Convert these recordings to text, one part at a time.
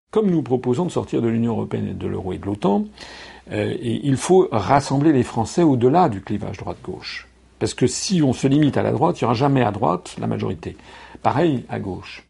Comme nous proposons de sortir de l'Union européenne et de l'euro et de l'OTAN, et il faut rassembler les Français au-delà du clivage droite-gauche. Parce que si on se limite à la droite, il n'y aura jamais à droite la majorité. Pareil à gauche.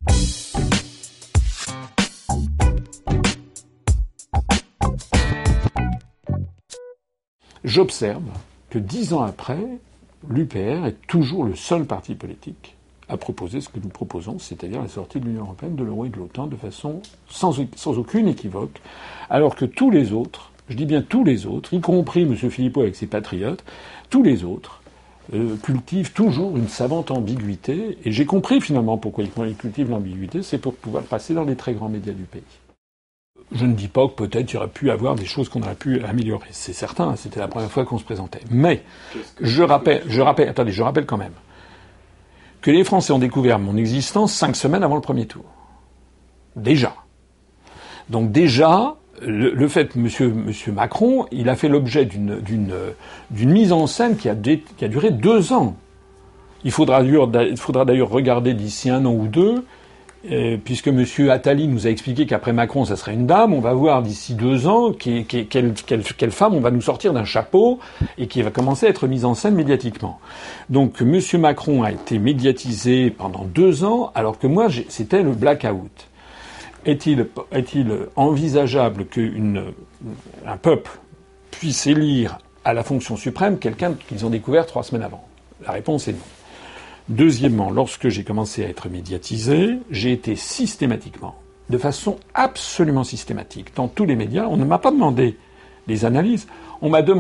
J'observe que 10 ans après, l'UPR est toujours le seul parti politique à proposer ce que nous proposons, c'est-à-dire la sortie de l'Union européenne, de l'euro et de l'OTAN, de façon sans aucune équivoque, alors que tous les autres, je dis bien tous les autres, y compris M. Philippot avec ses patriotes, tous les autres cultivent toujours une savante ambiguïté, et j'ai compris finalement pourquoi ils cultivent l'ambiguïté, c'est pour pouvoir passer dans les très grands médias du pays. Je ne dis pas que peut-être il y aurait pu avoir des choses qu'on aurait pu améliorer, c'est certain, c'était la première fois qu'on se présentait. Mais je rappelle quand même que les Français ont découvert mon existence 5 semaines avant le premier tour. Déjà. Donc déjà, le fait que monsieur Macron, il a fait l'objet d'une mise en scène qui a duré 2 ans. Il faudra d'ailleurs regarder d'ici 1 an ou 2, puisque monsieur Attali nous a expliqué qu'après Macron, ça serait une dame, on va voir d'ici 2 ans quelle femme on va nous sortir d'un chapeau et qui va commencer à être mise en scène médiatiquement. Donc monsieur Macron a été médiatisé pendant 2 ans, alors que moi, c'était le blackout. Est-il envisageable qu'un peuple puisse élire à la fonction suprême quelqu'un qu'ils ont découvert 3 semaines avant? La réponse est non. Deuxièmement, lorsque j'ai commencé à être médiatisé, j'ai été systématiquement, de façon absolument systématique, dans tous les médias, on ne m'a pas demandé des analyses, on m'a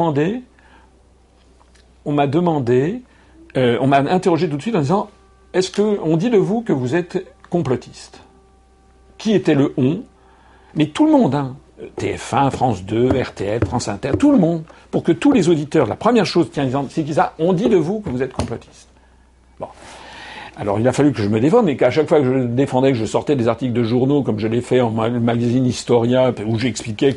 interrogé tout de suite en disant « Est-ce qu'on dit de vous que vous êtes complotiste ?» Qui était le « on » Mais tout le monde, hein. TF1, France 2, RTL, France Inter, tout le monde, pour que tous les auditeurs, la première chose c'est qu'ils disent « On dit de vous que vous êtes complotiste ». Bon. Alors il a fallu que je me défende, mais qu'à chaque fois que je défendais, que je sortais des articles de journaux, comme je l'ai fait en magazine Historia, où j'expliquais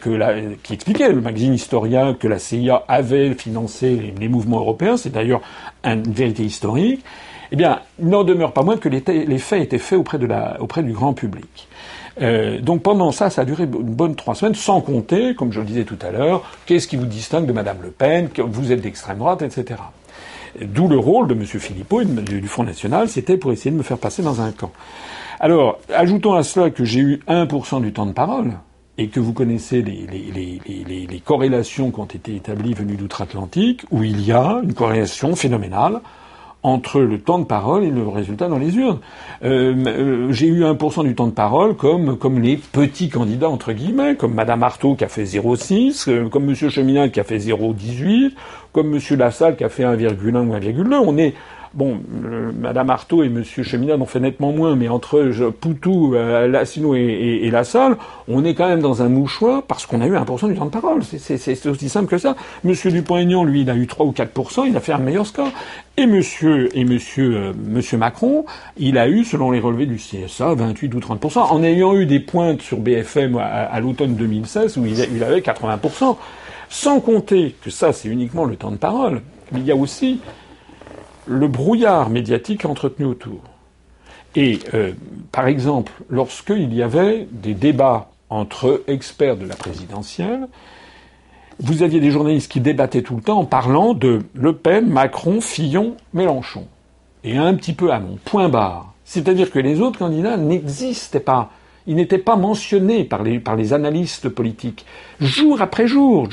le magazine Historia que la CIA avait financé les mouvements européens, c'est d'ailleurs une vérité historique, eh bien, il n'en demeure pas moins que les faits étaient faits auprès du grand public. Donc pendant ça a duré une bonne 3 semaines, sans compter, comme je le disais tout à l'heure, qu'est-ce qui vous distingue de Madame Le Pen, que vous êtes d'extrême droite, etc. D'où le rôle de M. Philippot et du Front National, c'était pour essayer de me faire passer dans un camp. Alors, ajoutons à cela que j'ai eu 1% du temps de parole, et que vous connaissez les corrélations qui ont été établies venues d'outre-Atlantique, où il y a une corrélation phénoménale entre le temps de parole et le résultat dans les urnes. J'ai eu 1% du temps de parole comme les petits candidats, entre guillemets, comme Madame Arthaud qui a fait 0,6, comme Monsieur Cheminade qui a fait 0,18, comme Monsieur Lassalle qui a fait 1,1 ou 1,2. On est... Bon, Madame Arthaud et Monsieur Cheminade ont fait nettement moins, mais entre Poutou, Lassino et Lassalle, on est quand même dans un mouchoir parce qu'on a eu 1% du temps de parole. C'est aussi simple que ça. Monsieur Dupont-Aignan, lui, il a eu 3 ou 4%, il a fait un meilleur score. Et Monsieur Macron, il a eu, selon les relevés du CSA, 28 ou 30%, en ayant eu des pointes sur BFM à l'automne 2016 où il avait 80%. Sans compter que ça, c'est uniquement le temps de parole. Mais il y a aussi le brouillard médiatique entretenu autour. Et, par exemple, lorsqu'il y avait des débats entre experts de la présidentielle, vous aviez des journalistes qui débattaient tout le temps en parlant de Le Pen, Macron, Fillon, Mélenchon. Et un petit peu à mon point barre. C'est-à-dire que les autres candidats n'existaient pas. Ils n'étaient pas mentionnés par les analystes politiques. Jour après jour.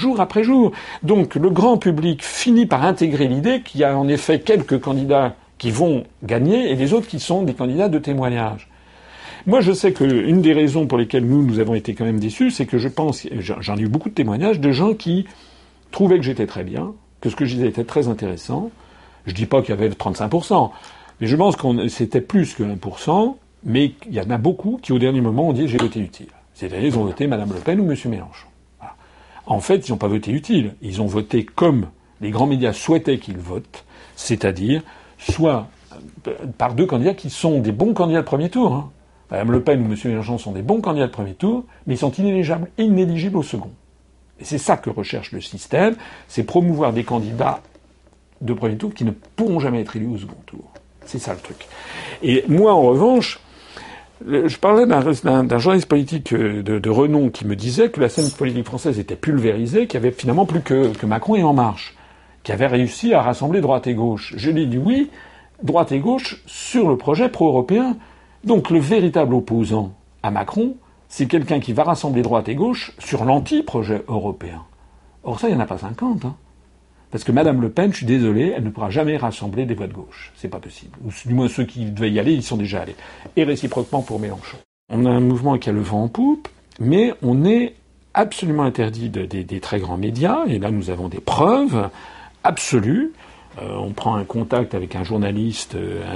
Donc le grand public finit par intégrer l'idée qu'il y a en effet quelques candidats qui vont gagner et les autres qui sont des candidats de témoignage. Moi, je sais qu'une des raisons pour lesquelles nous avons été quand même déçus, c'est que je pense, j'en ai eu beaucoup de témoignages de gens qui trouvaient que j'étais très bien, que ce que je disais était très intéressant. Je dis pas qu'il y avait 35%, mais je pense que c'était plus que 1%. Mais il y en a beaucoup qui, au dernier moment, ont dit « j'ai voté utile ». C'est-à-dire, ils ont voté Mme Le Pen ou M. Mélenchon. Voilà. En fait, ils n'ont pas voté utile. Ils ont voté comme les grands médias souhaitaient qu'ils votent, c'est-à-dire soit par 2 candidats qui sont des bons candidats de premier tour. Hein. Mme Le Pen ou M. Mélenchon sont des bons candidats de premier tour, mais ils sont inéligibles au second. Et c'est ça que recherche le système, c'est promouvoir des candidats de premier tour qui ne pourront jamais être élus au second tour. C'est ça le truc. Et moi, en revanche, Je parlais d'un journaliste politique de renom qui me disait que la scène politique française était pulvérisée, qu'il y avait finalement plus que Macron et En Marche, qui avaient réussi à rassembler droite et gauche. Je lui ai dit oui, droite et gauche sur le projet pro-européen. Donc le véritable opposant à Macron, c'est quelqu'un qui va rassembler droite et gauche sur l'anti-projet européen. Or ça, il n'y en a pas 50, hein. Parce que Madame Le Pen, je suis désolé, elle ne pourra jamais rassembler des voix de gauche. C'est pas possible. Ou du moins ceux qui devaient y aller, ils sont déjà allés. Et réciproquement pour Mélenchon. On a un mouvement qui a le vent en poupe, mais on est absolument interdit des très grands médias, et là nous avons des preuves absolues. On prend un contact avec un journaliste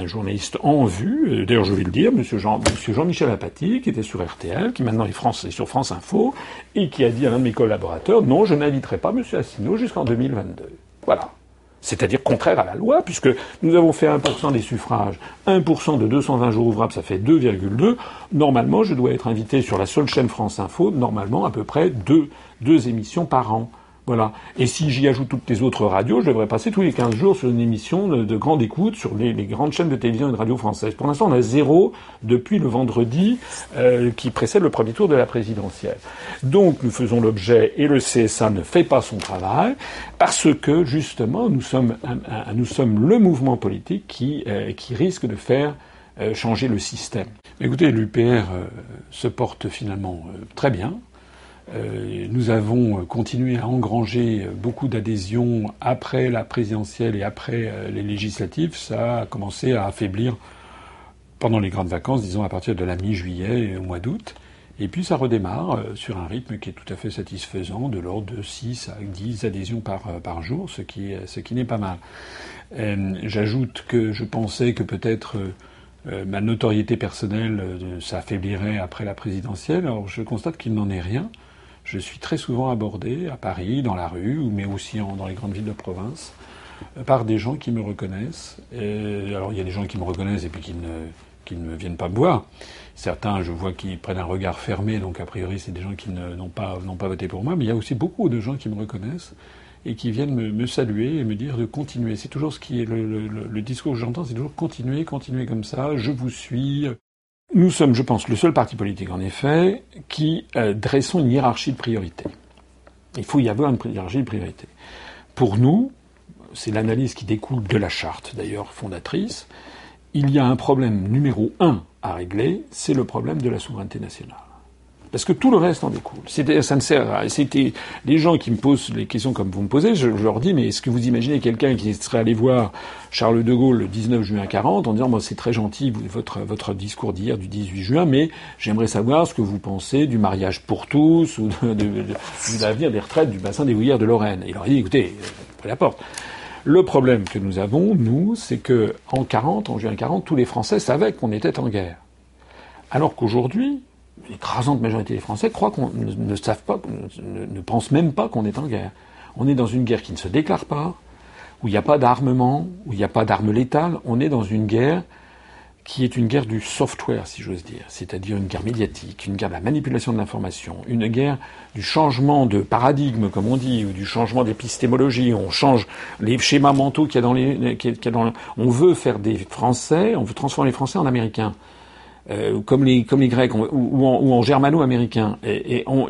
en vue, d'ailleurs je vais le dire, monsieur Jean-Michel Apathy, qui était sur RTL, qui maintenant est sur France Info, et qui a dit à l'un de mes collaborateurs, non, je n'inviterai pas monsieur Asselineau jusqu'en 2022. Voilà. C'est-à-dire contraire à la loi, puisque nous avons fait 1% des suffrages, 1% de 220 jours ouvrables, ça fait 2,2. Normalement, je dois être invité sur la seule chaîne France Info, normalement à peu près deux émissions par an. Voilà. Et si j'y ajoute toutes les autres radios, je devrais passer tous les 15 jours sur une émission de grande écoute sur les grandes chaînes de télévision et de radio françaises. Pour l'instant, on a 0 depuis le vendredi qui précède le premier tour de la présidentielle. Donc, nous faisons l'objet, et le CSA ne fait pas son travail, parce que, justement, nous sommes le mouvement politique qui risque de faire changer le système. Écoutez, l'UPR se porte finalement très bien. Nous avons continué à engranger beaucoup d'adhésions après la présidentielle et après les législatives. Ça a commencé à affaiblir pendant les grandes vacances, disons à partir de la mi-juillet et au mois d'août. Et puis ça redémarre sur un rythme qui est tout à fait satisfaisant, de l'ordre de 6 à 10 adhésions par jour, ce qui n'est pas mal. J'ajoute que je pensais que peut-être ma notoriété personnelle s'affaiblirait après la présidentielle. Alors je constate qu'il n'en est rien. Je suis très souvent abordé à Paris, dans la rue, mais aussi dans les grandes villes de province, par des gens qui me reconnaissent. Alors il y a des gens qui me reconnaissent et puis qui ne viennent pas me voir. Certains, je vois qu'ils prennent un regard fermé, donc a priori c'est des gens qui n'ont pas voté pour moi. Mais il y a aussi beaucoup de gens qui me reconnaissent et qui viennent me saluer et me dire de continuer. C'est toujours ce qui est le discours que j'entends, c'est toujours continuer comme ça, je vous suis. Nous sommes, je pense, le seul parti politique, en effet, qui dressons une hiérarchie de priorité. Il faut y avoir une hiérarchie de priorité. Pour nous, c'est l'analyse qui découle de la charte, d'ailleurs, fondatrice, il y a un problème numéro 1 à régler, c'est le problème de la souveraineté nationale. Parce que tout le reste en découle. Ça ne sert à... C'était les gens qui me posent les questions comme vous me posez, je leur dis, mais est-ce que vous imaginez quelqu'un qui serait allé voir Charles de Gaulle le 19 juin 40 en disant, moi, c'est très gentil, votre discours d'hier du 18 juin, mais j'aimerais savoir ce que vous pensez du mariage pour tous ou de l'avenir des retraites du bassin des Houillères de Lorraine. Et il leur dit, écoutez, prenez la porte. Le problème que nous avons, nous, c'est que en juin 40, tous les Français savaient qu'on était en guerre. Alors qu'aujourd'hui, l'écrasante majorité des Français croient qu'on ne savent pas, ne pensent même pas qu'on est en guerre. On est dans une guerre qui ne se déclare pas, où il n'y a pas d'armement, où il n'y a pas d'armes létales. On est dans une guerre qui est une guerre du software, si j'ose dire. C'est-à-dire une guerre médiatique, une guerre de la manipulation de l'information, une guerre du changement de paradigme, comme on dit, ou du changement d'épistémologie. On change les schémas mentaux qu'il y a on veut faire des Français, on veut transformer les Français en Américains. Comme les Grecs ou en germano-américains. On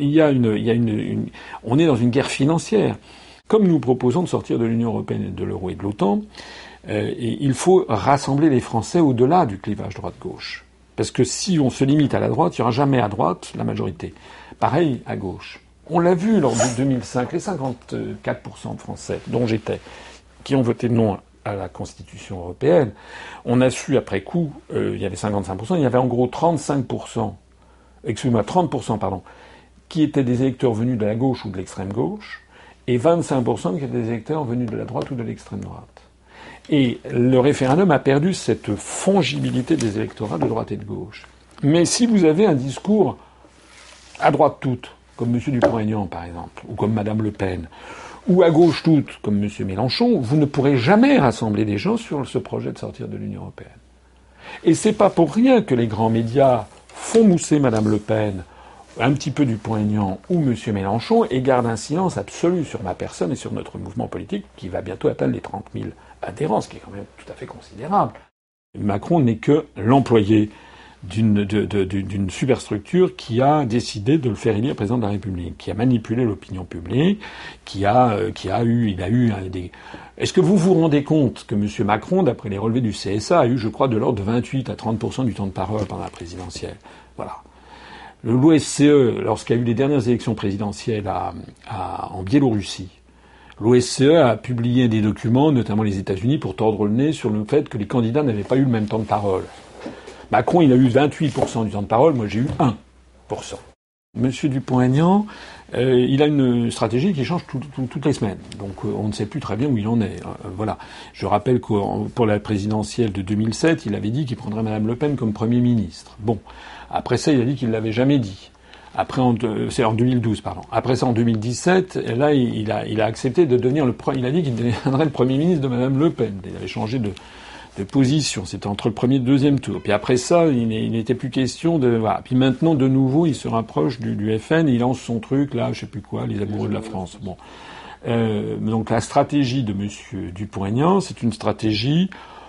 est dans une guerre financière. Comme nous proposons de sortir de l'Union européenne, de l'euro et de l'OTAN, et il faut rassembler les Français au-delà du clivage droite-gauche. Parce que si on se limite à la droite, il n'y aura jamais à droite la majorité. Pareil à gauche. On l'a vu lors de 2005, les 54% de Français, dont j'étais, qui ont voté non à la Constitution européenne, on a su après coup, il y avait 55%, il y avait en gros 30%, qui étaient des électeurs venus de la gauche ou de l'extrême gauche, et 25% qui étaient des électeurs venus de la droite ou de l'extrême droite. Et le référendum a perdu cette fongibilité des électorats de droite et de gauche. Mais si vous avez un discours à droite toute, comme M. Dupont-Aignan par exemple, ou comme Mme Le Pen, ou à gauche toute, comme M. Mélenchon, vous ne pourrez jamais rassembler des gens sur ce projet de sortir de l'Union européenne. Et c'est pas pour rien que les grands médias font mousser Mme Le Pen, un petit peu Dupont-Aignan ou M. Mélenchon, et gardent un silence absolu sur ma personne et sur notre mouvement politique, qui va bientôt atteindre les 30 000 adhérents, ce qui est quand même tout à fait considérable. Macron n'est que l'employé d'une superstructure qui a décidé de le faire élire président de la République, qui a manipulé l'opinion publique, il a eu des... Est-ce que vous vous rendez compte que M. Macron, d'après les relevés du CSA, a eu, je crois, de l'ordre de 28 à 30% du temps de parole pendant la présidentielle? Voilà. L'OSCE, lorsqu'il y a eu les dernières élections présidentielles en Biélorussie, l'OSCE a publié des documents, notamment les États-Unis, pour tordre le nez sur le fait que les candidats n'avaient pas eu le même temps de parole. Macron, il a eu 28% du temps de parole, moi j'ai eu 1%. Monsieur Dupont-Aignan, il a une stratégie qui change toutes les semaines. Donc on ne sait plus très bien où il en est. Voilà. Je rappelle que pour la présidentielle de 2007, il avait dit qu'il prendrait Madame Le Pen comme Premier ministre. Bon. Après ça, il a dit qu'il ne l'avait jamais dit. Après, c'est en 2012, pardon. Après ça, en 2017, là, il a accepté de devenir il a dit qu'il deviendrait le Premier ministre de Madame Le Pen. Il avait changé de position. C'était entre le premier et le deuxième tour. Puis après ça, il n'était plus question de... Voilà. Puis maintenant, de nouveau, il se rapproche du FN et il lance son truc, là, je sais plus quoi, les amoureux de la France. Bon. Donc la stratégie de Monsieur Dupont-Aignan, c'est une stratégie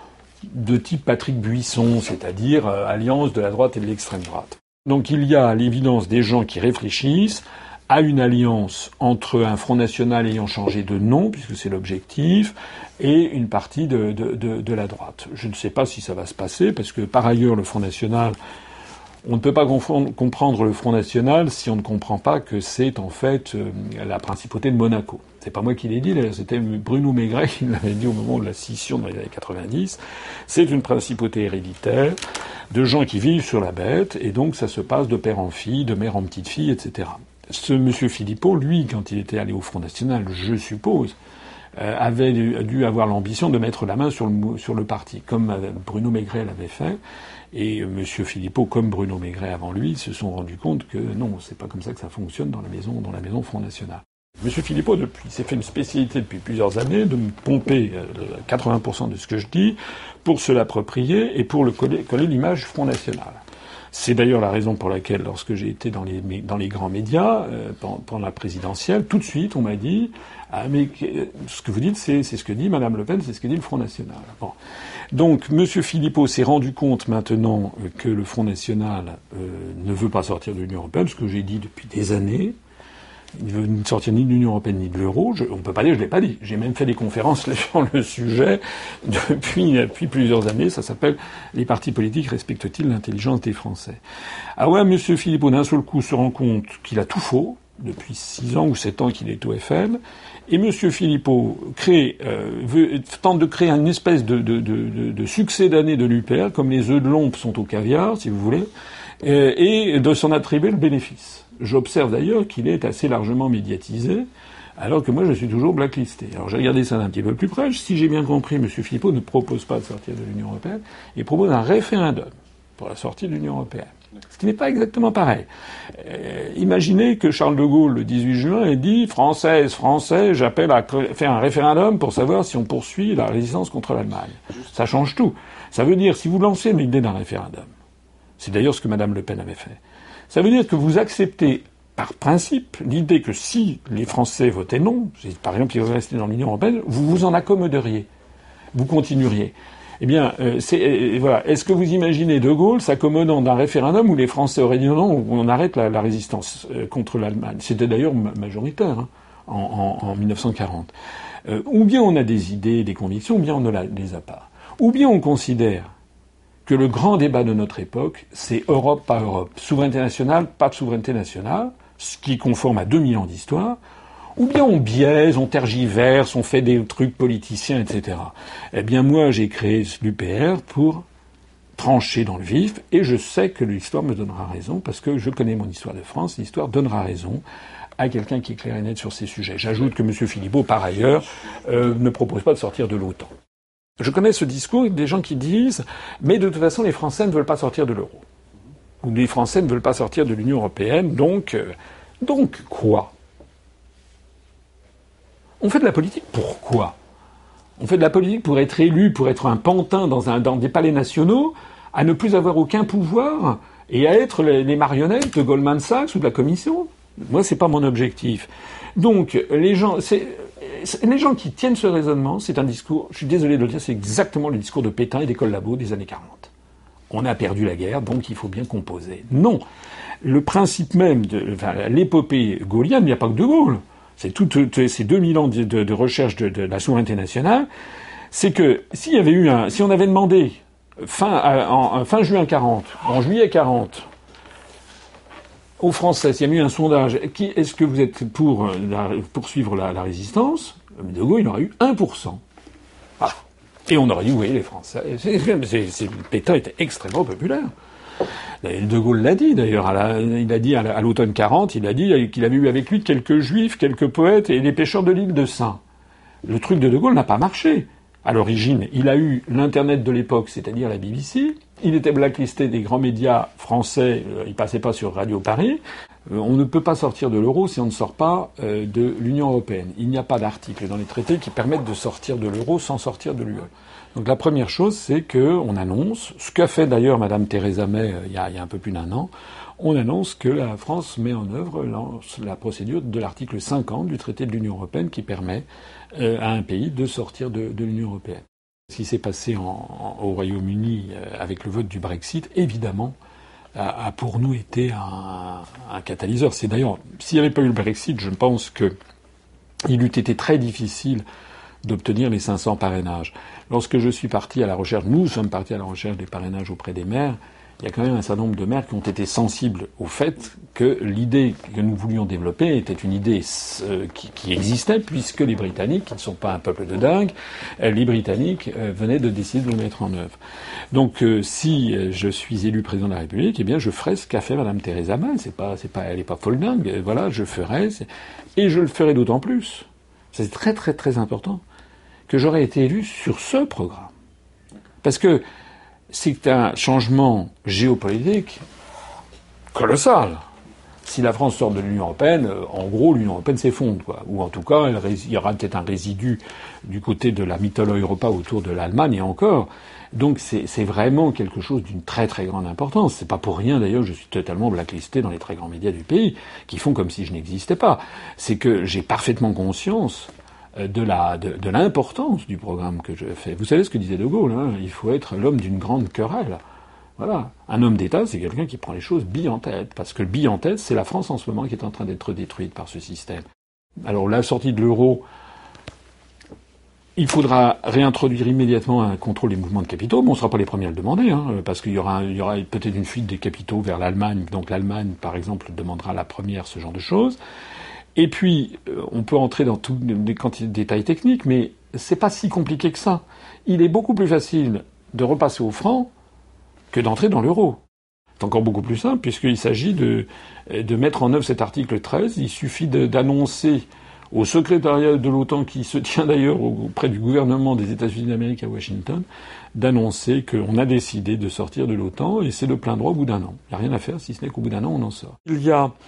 de type Patrick Buisson, c'est-à-dire alliance de la droite et de l'extrême droite. Donc il y a à l'évidence des gens qui réfléchissent à une alliance entre un Front National ayant changé de nom, puisque c'est l'objectif, et une partie de la droite. Je ne sais pas si ça va se passer, parce que par ailleurs, le Front National, on ne peut pas comprendre le Front National si on ne comprend pas que c'est en fait la principauté de Monaco. C'est pas moi qui l'ai dit, d'ailleurs, c'était Bruno Maigret qui l'avait dit au moment de la scission dans les années 90. C'est une principauté héréditaire de gens qui vivent sur la bête, et donc ça se passe de père en fille, de mère en petite fille, etc. Ce monsieur Philippot, lui, quand il était allé au Front National, je suppose, avait dû avoir l'ambition de mettre la main sur le parti, comme Bruno Maigret l'avait fait. Et monsieur Philippot, comme Bruno Maigret avant lui, se sont rendus compte que non, c'est pas comme ça que ça fonctionne dans la maison Front National. Monsieur Philippot, s'est fait une spécialité depuis plusieurs années de me pomper 80% de ce que je dis pour se l'approprier et pour coller l'image Front National. C'est d'ailleurs la raison pour laquelle, lorsque j'ai été dans les grands médias, pendant la présidentielle, tout de suite, on m'a dit « Ah, mais ce que vous dites, c'est ce que dit Madame Le Pen, c'est ce que dit le Front National. » Bon. Donc, Monsieur Philippot s'est rendu compte maintenant que le Front National ne veut pas sortir de l'Union européenne, ce que j'ai dit depuis des années. Il veut ne sortir ni de l'Union européenne ni de l'euro. On ne peut pas dire, je l'ai pas dit. J'ai même fait des conférences sur le sujet depuis plusieurs années. Ça s'appelle « Les partis politiques respectent-ils l'intelligence des Français ?» Ah ouais, Monsieur Philippot, d'un seul coup, se rend compte qu'il a tout faux, depuis 6 ans ou 7 ans qu'il est au FN. Et Monsieur Philippot tente de créer une espèce de succès d'année de l'UPR, comme les œufs de l'ombre sont au caviar, si vous voulez, et de s'en attribuer le bénéfice. J'observe d'ailleurs qu'il est assez largement médiatisé, alors que moi je suis toujours blacklisté. Alors j'ai regardé ça d'un petit peu plus près. Si j'ai bien compris, M. Philippot ne propose pas de sortir de l'Union européenne, il propose un référendum pour la sortie de l'Union européenne. Ce qui n'est pas exactement pareil. Imaginez que Charles de Gaulle, le 18 juin, ait dit « Françaises, Français, j'appelle à faire un référendum pour savoir si on poursuit la résistance contre l'Allemagne. » Ça change tout. Ça veut dire, si vous lancez l'idée d'un référendum, c'est d'ailleurs ce que Mme Le Pen avait fait, ça veut dire que vous acceptez, par principe, l'idée que si les Français votaient non, par exemple, s'ils restaient dans l'Union européenne, vous vous en accommoderiez. Vous continueriez. Eh bien, voilà. Est-ce que vous imaginez De Gaulle s'accommodant d'un référendum où les Français auraient dit non, où on arrête la résistance contre l'Allemagne? C'était d'ailleurs majoritaire en 1940. Ou bien on a des idées, des convictions, ou bien on ne les a pas. Ou bien on considère que le grand débat de notre époque, c'est Europe, pas Europe. Souveraineté nationale, pas de souveraineté nationale, ce qui est conforme à 2000 ans d'histoire. Ou bien on biaise, on tergiverse, on fait des trucs politiciens, etc. Eh bien moi, j'ai créé l'UPR pour trancher dans le vif, et je sais que l'histoire me donnera raison, parce que je connais mon histoire de France, l'histoire donnera raison à quelqu'un qui est clair et net sur ces sujets. J'ajoute que M. Philippot, par ailleurs, ne propose pas de sortir de l'OTAN. Je connais ce discours des gens qui disent « mais de toute façon, les Français ne veulent pas sortir de l'euro. » Ou « les Français ne veulent pas sortir de l'Union européenne, donc quoi ?» On fait de la politique pourquoi? On fait de la politique pour être élu, pour être un pantin dans des palais nationaux, à ne plus avoir aucun pouvoir et à être les marionnettes de Goldman Sachs ou de la Commission. Moi, c'est pas mon objectif. Donc, les gens qui tiennent ce raisonnement, c'est un discours, je suis désolé de le dire, c'est exactement le discours de Pétain et des collabos des années 40. on a perdu la guerre, donc il faut bien composer. Non. Le principe même l'épopée gaulienne, il n'y a pas que De Gaulle. C'est ces 2000 ans de recherche de la souveraineté nationale. C'est que si on avait demandé fin juin 40, en juillet 40, aux Français, s'il y a eu un sondage, est-ce que vous êtes pour poursuivre la résistance? De Gaulle, il aurait eu 1%. Ah. Et on aurait dit, oui, les Français. Pétain était extrêmement populaire. De Gaulle l'a dit, d'ailleurs. Il a dit à l'automne 40, il a dit qu'il avait eu avec lui quelques juifs, quelques poètes et les pêcheurs de l'île de Saint. Le truc de Gaulle n'a pas marché. À l'origine, il a eu l'Internet de l'époque, c'est-à-dire la BBC. Il était blacklisté des grands médias français. Il passait pas sur Radio Paris. On ne peut pas sortir de l'euro si on ne sort pas de l'Union européenne. Il n'y a pas d'article dans les traités qui permettent de sortir de l'euro sans sortir de l'UE. Donc la première chose, c'est qu'on annonce, ce qu'a fait d'ailleurs Madame Theresa May il y a un peu plus d'un an, on annonce que la France met en œuvre la procédure de l'article 50 du traité de l'Union européenne qui permet à un pays de sortir de l'Union européenne. Ce qui s'est passé au Royaume-Uni avec le vote du Brexit, évidemment, a pour nous été un catalyseur. C'est d'ailleurs, s'il n'y avait pas eu le Brexit, je pense qu'il eût été très difficile d'obtenir les 500 parrainages. Lorsque je suis parti à la recherche, nous sommes partis à la recherche des parrainages auprès des maires, il y a quand même un certain nombre de maires qui ont été sensibles au fait que l'idée que nous voulions développer était une idée qui existait, puisque les Britanniques, qui ne sont pas un peuple de dingue, les Britanniques venaient de décider de le mettre en œuvre. Donc si je suis élu président de la République, eh bien je ferai ce qu'a fait Madame Theresa May. Elle est pas folle dingue. Voilà, je ferai, et je le ferai d'autant plus. C'est très très très important que j'aurais été élu sur ce programme, parce que c'est un changement géopolitique colossal. Si la France sort de l'Union européenne, en gros, l'Union européenne s'effondre, quoi. Ou en tout cas, il y aura peut-être un résidu du côté de la Mitteleuropa Europa autour de l'Allemagne et encore. Donc c'est vraiment quelque chose d'une très très grande importance. C'est pas pour rien d'ailleurs, je suis totalement blacklisté dans les très grands médias du pays, qui font comme si je n'existais pas. C'est que j'ai parfaitement conscience de l'importance du programme que je fais. Vous savez ce que disait De Gaulle, hein, il faut être l'homme d'une grande querelle. Voilà. Un homme d'État, c'est quelqu'un qui prend les choses bille en tête. Parce que le bille en tête, c'est la France en ce moment qui est en train d'être détruite par ce système. Alors, la sortie de l'euro, il faudra réintroduire immédiatement un contrôle des mouvements de capitaux. Bon, on ne sera pas les premiers à le demander, hein, parce qu'il y aura peut-être une fuite des capitaux vers l'Allemagne. Donc l'Allemagne, par exemple, demandera la première ce genre de choses. Et puis, on peut entrer dans tous les détails techniques, mais c'est pas si compliqué que ça. Il est beaucoup plus facile de repasser au franc que d'entrer dans l'euro. C'est encore beaucoup plus simple, puisqu'il s'agit de mettre en œuvre cet article 13. Il suffit d'annoncer au secrétariat de l'OTAN, qui se tient d'ailleurs auprès du gouvernement des États-Unis d'Amérique à Washington, d'annoncer qu'on a décidé de sortir de l'OTAN, et c'est de plein droit au bout d'un an. Il n'y a rien à faire, si ce n'est qu'au bout d'un an, on en sort. Il y a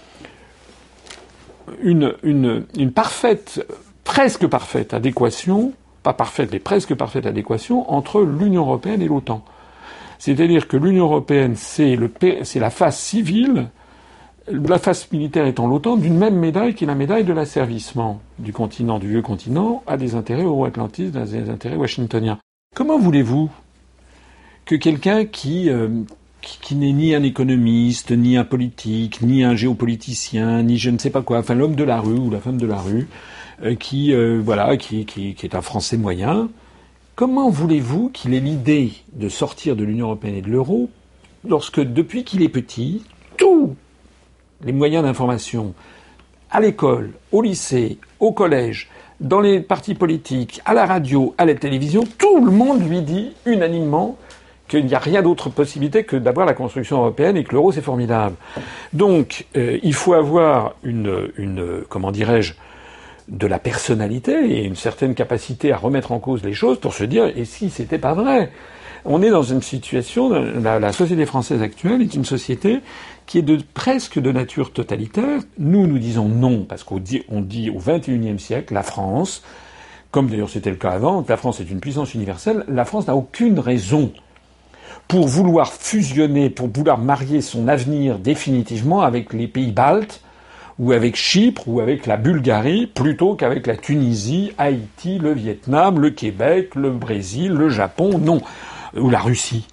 une parfaite, presque parfaite adéquation, pas parfaite, mais presque parfaite adéquation entre l'Union européenne et l'OTAN. C'est-à-dire que l'Union européenne, c'est la face civile, la face militaire étant l'OTAN, d'une même médaille qui est la médaille de l'asservissement du vieux continent, à des intérêts euro-atlantistes, à des intérêts washingtoniens. Comment voulez-vous que quelqu'un qui n'est ni un économiste, ni un politique, ni un géopoliticien, ni je ne sais pas quoi, enfin l'homme de la rue ou la femme de la rue, qui est un Français moyen, comment voulez-vous qu'il ait l'idée de sortir de l'Union européenne et de l'euro lorsque, depuis qu'il est petit, tous les moyens d'information, à l'école, au lycée, au collège, dans les partis politiques, à la radio, à la télévision, tout le monde lui dit unanimement qu'il n'y a rien d'autre possibilité que d'avoir la construction européenne et que l'euro c'est formidable. Donc, il faut avoir comment dirais-je, de la personnalité et une certaine capacité à remettre en cause les choses pour se dire, et si c'était pas vrai? On est dans une situation, la société française actuelle est une société qui est presque de nature totalitaire. Nous disons non, parce qu'on dit au XXIe siècle, la France, comme d'ailleurs c'était le cas avant, la France est une puissance universelle, la France n'a aucune raison pour vouloir fusionner, pour vouloir marier son avenir définitivement avec les pays baltes, ou avec Chypre, ou avec la Bulgarie, plutôt qu'avec la Tunisie, Haïti, le Vietnam, le Québec, le Brésil, le Japon, non. Ou la Russie.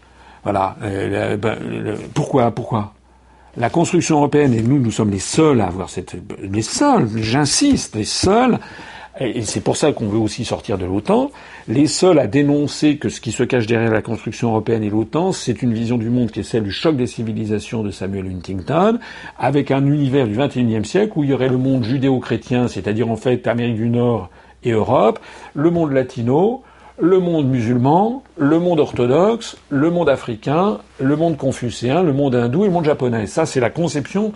Voilà. Pourquoi la construction européenne, et nous sommes les seuls à avoir les seuls, j'insiste, les seuls, et c'est pour ça qu'on veut aussi sortir de l'OTAN, les seuls à dénoncer que ce qui se cache derrière la construction européenne et l'OTAN, c'est une vision du monde qui est celle du choc des civilisations de Samuel Huntington, avec un univers du XXIe siècle où il y aurait le monde judéo-chrétien, c'est-à-dire en fait Amérique du Nord et Europe, le monde latino, le monde musulman, le monde orthodoxe, le monde africain, le monde confucéen, le monde hindou et le monde japonais. Ça, c'est la conception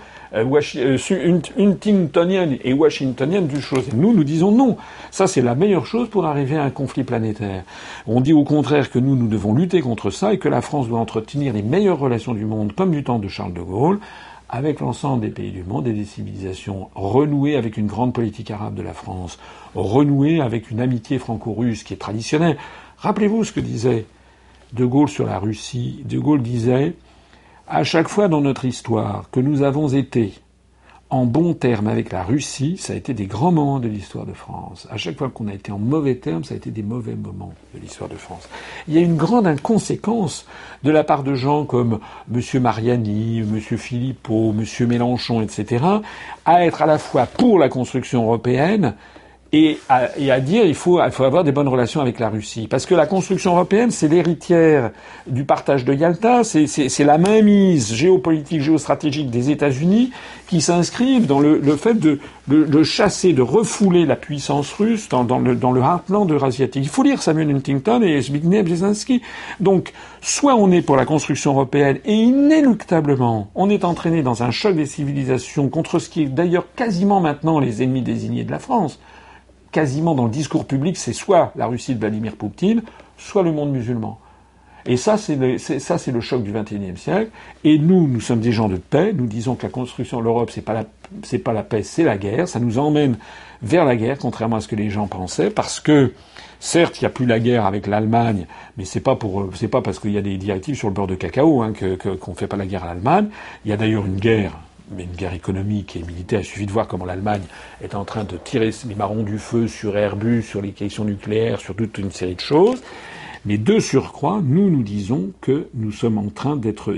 huntingtonienne et washingtonienne du chose. Et nous disons non. Ça, c'est la meilleure chose pour arriver à un conflit planétaire. On dit au contraire que nous devons lutter contre ça et que la France doit entretenir les meilleures relations du monde, comme du temps de Charles de Gaulle, avec l'ensemble des pays du monde et des civilisations, renouer avec une grande politique arabe de la France, renouer avec une amitié franco-russe qui est traditionnelle. Rappelez-vous ce que disait De Gaulle sur la Russie. De Gaulle disait « À chaque fois dans notre histoire que nous avons été en bons termes avec la Russie, ça a été des grands moments de l'histoire de France. À chaque fois qu'on a été en mauvais termes, ça a été des mauvais moments de l'histoire de France. » Il y a une grande inconséquence de la part de gens comme M. Mariani, M. Philippot, M. Mélenchon, etc., à être à la fois pour la construction européenne et à dire il faut avoir des bonnes relations avec la Russie. Parce que la construction européenne, c'est l'héritière du partage de Yalta, c'est la mainmise géopolitique, géostratégique des États-Unis qui s'inscrivent dans le fait de chasser, de refouler la puissance russe dans le heartland eurasiatique. Il faut lire Samuel Huntington et Zbigniew Brzezinski. Donc, soit on est pour la construction européenne et inéluctablement, on est entraîné dans un choc des civilisations contre ce qui est d'ailleurs quasiment maintenant les ennemis désignés de la France. Quasiment dans le discours public, c'est soit la Russie de Vladimir Poutine, soit le monde musulman. Et ça, c'est le choc du XXIe siècle. Et nous sommes des gens de paix. Nous disons que la construction de l'Europe, c'est pas la paix, c'est la guerre. Ça nous emmène vers la guerre, contrairement à ce que les gens pensaient, parce que certes, il n'y a plus la guerre avec l'Allemagne, mais c'est pas parce qu'il y a des directives sur le beurre de cacao qu'on fait pas la guerre à l'Allemagne. Il y a d'ailleurs une guerre. Mais une guerre économique et militaire. Il suffit de voir comment l'Allemagne est en train de tirer les marrons du feu sur Airbus, sur les questions nucléaires, sur toute une série de choses. Mais de surcroît, nous disons que nous sommes en train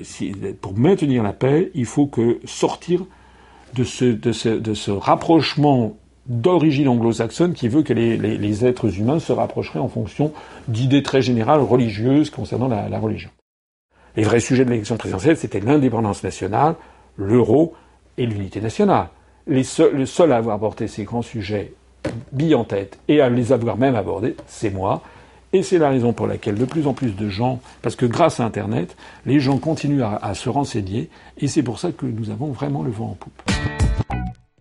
pour maintenir la paix, il faut que sortir de ce rapprochement d'origine anglo-saxonne qui veut que les êtres humains se rapprocheraient en fonction d'idées très générales religieuses concernant la religion. Les vrais sujets de l'élection présidentielle, c'était l'indépendance nationale, l'euro et l'unité nationale. Le seul à avoir porté ces grands sujets billes en tête et à les avoir même abordés, c'est moi. Et c'est la raison pour laquelle de plus en plus de gens, parce que grâce à Internet, les gens continuent à se renseigner, et c'est pour ça que nous avons vraiment le vent en poupe.